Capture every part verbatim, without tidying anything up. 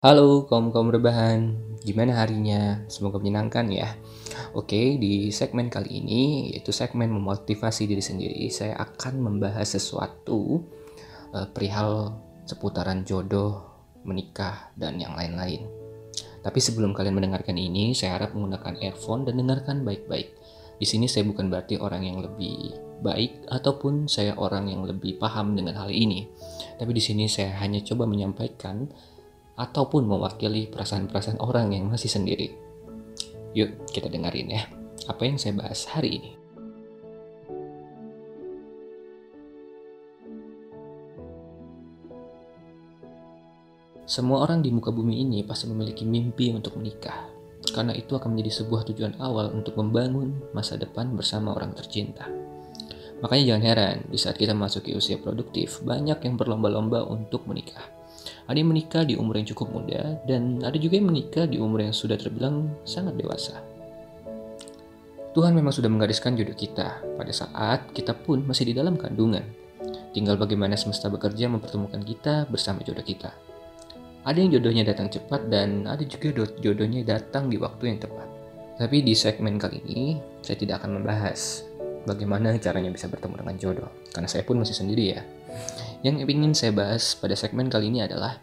Halo kaum-kaum rebahan, gimana harinya? Semoga menyenangkan ya. Oke, di segmen kali ini, yaitu segmen memotivasi diri sendiri, saya akan membahas sesuatu eh, perihal seputaran jodoh, menikah, dan yang lain-lain. Tapi sebelum kalian mendengarkan ini, saya harap menggunakan earphone dan dengarkan baik-baik. Di sini saya bukan berarti orang yang lebih baik ataupun saya orang yang lebih paham dengan hal ini. Tapi di sini saya hanya coba menyampaikan ataupun mewakili perasaan-perasaan orang yang masih sendiri. Yuk kita dengerin ya, apa yang saya bahas hari ini. Semua orang di muka bumi ini pasti memiliki mimpi untuk menikah, karena itu akan menjadi sebuah tujuan awal untuk membangun masa depan bersama orang tercinta. Makanya jangan heran, di saat kita memasuki usia produktif, banyak yang berlomba-lomba untuk menikah. Ada yang menikah di umur yang cukup muda, dan ada juga yang menikah di umur yang sudah terbilang sangat dewasa. Tuhan memang sudah menggariskan jodoh kita pada saat kita pun masih di dalam kandungan. Tinggal bagaimana semesta bekerja mempertemukan kita bersama jodoh kita. Ada yang jodohnya datang cepat dan ada juga jodohnya datang di waktu yang tepat. Tapi di segmen kali ini, saya tidak akan membahas bagaimana caranya bisa bertemu dengan jodoh, karena saya pun masih sendiri ya. Yang ingin saya bahas pada segmen kali ini adalah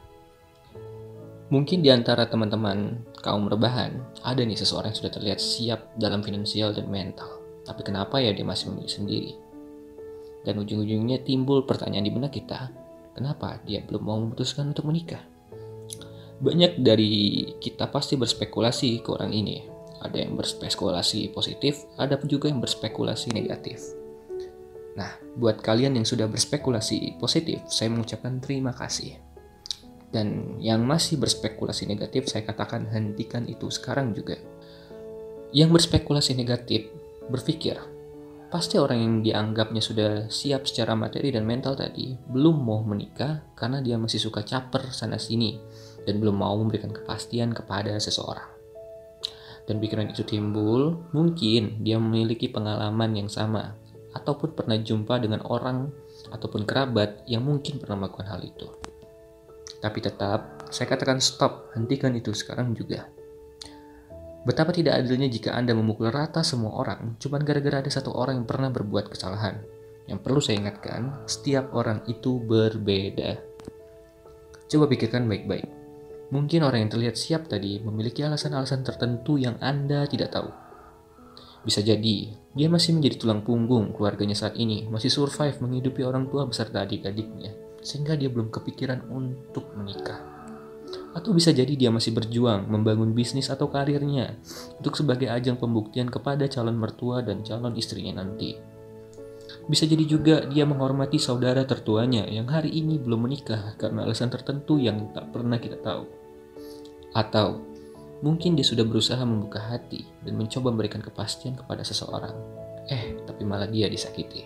mungkin di antara teman-teman kaum rebahan, ada nih seseorang yang sudah terlihat siap dalam finansial dan mental. Tapi kenapa ya dia masih memilih sendiri? Dan ujung-ujungnya timbul pertanyaan di benak kita, kenapa dia belum mau memutuskan untuk menikah? Banyak dari kita pasti berspekulasi ke orang ini. Ada yang berspekulasi positif, ada pun juga yang berspekulasi negatif. Nah, buat kalian yang sudah berspekulasi positif, saya mengucapkan terima kasih. Dan yang masih berspekulasi negatif, saya katakan hentikan itu sekarang juga. Yang berspekulasi negatif berpikir, pasti orang yang dianggapnya sudah siap secara materi dan mental tadi belum mau menikah karena dia masih suka caper sana-sini dan belum mau memberikan kepastian kepada seseorang. Dan pikiran itu timbul, mungkin dia memiliki pengalaman yang sama ataupun pernah jumpa dengan orang ataupun kerabat yang mungkin pernah melakukan hal itu. Tapi tetap, saya katakan stop, hentikan itu sekarang juga. Betapa tidak adilnya jika Anda memukul rata semua orang, cuma gara-gara ada satu orang yang pernah berbuat kesalahan. Yang perlu saya ingatkan, setiap orang itu berbeda. Coba pikirkan baik-baik. Mungkin orang yang terlihat siap tadi memiliki alasan-alasan tertentu yang Anda tidak tahu. Bisa jadi, dia masih menjadi tulang punggung keluarganya saat ini, masih survive menghidupi orang tua beserta adik-adiknya, sehingga dia belum kepikiran untuk menikah. Atau bisa jadi dia masih berjuang membangun bisnis atau karirnya untuk sebagai ajang pembuktian kepada calon mertua dan calon istrinya nanti. Bisa jadi juga dia menghormati saudara tertuanya yang hari ini belum menikah karena alasan tertentu yang tak pernah kita tahu. Atau mungkin dia sudah berusaha membuka hati dan mencoba memberikan kepastian kepada seseorang. Eh, tapi malah dia disakiti.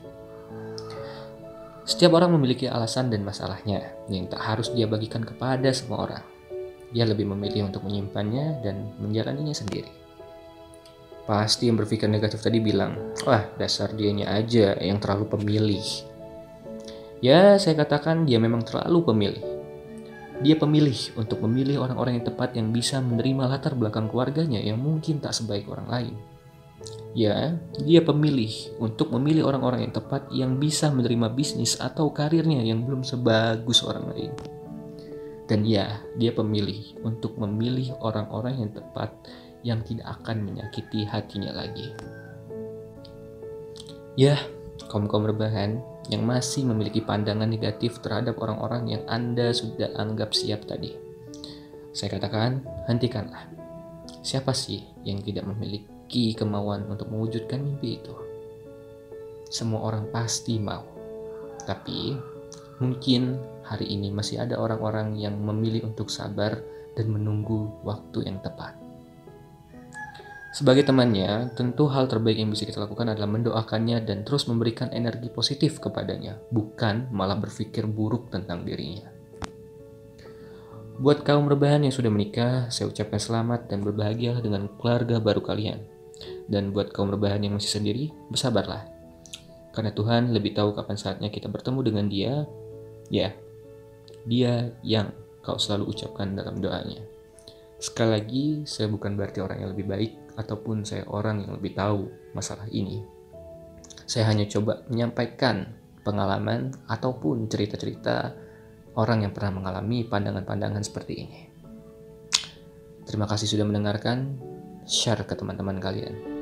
Setiap orang memiliki alasan dan masalahnya yang tak harus dia bagikan kepada semua orang. Dia lebih memilih untuk menyimpannya dan menjalaninya sendiri. Pasti yang berpikir negatif tadi bilang, wah dasar dianya aja yang terlalu pemilih. Ya, saya katakan dia memang terlalu pemilih. Dia pemilih untuk memilih orang-orang yang tepat yang bisa menerima latar belakang keluarganya yang mungkin tak sebaik orang lain. Ya, dia pemilih untuk memilih orang-orang yang tepat yang bisa menerima bisnis atau karirnya yang belum sebagus orang lain. Dan ya, dia pemilih untuk memilih orang-orang yang tepat yang tidak akan menyakiti hatinya lagi. Ya, kaum-kaum rebahan yang masih memiliki pandangan negatif terhadap orang-orang yang Anda sudah anggap siap tadi. Saya katakan, hentikanlah. Siapa sih yang tidak memiliki kemauan untuk mewujudkan mimpi itu? Semua orang pasti mau. Tapi mungkin hari ini masih ada orang-orang yang memilih untuk sabar dan menunggu waktu yang tepat. Sebagai temannya, tentu hal terbaik yang bisa kita lakukan adalah mendoakannya dan terus memberikan energi positif kepadanya, bukan malah berpikir buruk tentang dirinya. Buat kaum rebahan yang sudah menikah, saya ucapkan selamat dan berbahagialah dengan keluarga baru kalian. Dan buat kaum rebahan yang masih sendiri, bersabarlah. Karena Tuhan lebih tahu kapan saatnya kita bertemu dengan Dia, ya, Dia yang kau selalu ucapkan dalam doanya. Sekali lagi, saya bukan berarti orang yang lebih baik ataupun saya orang yang lebih tahu masalah ini. Saya hanya coba menyampaikan pengalaman ataupun cerita-cerita orang yang pernah mengalami pandangan-pandangan seperti ini. Terima kasih sudah mendengarkan. Share ke teman-teman kalian.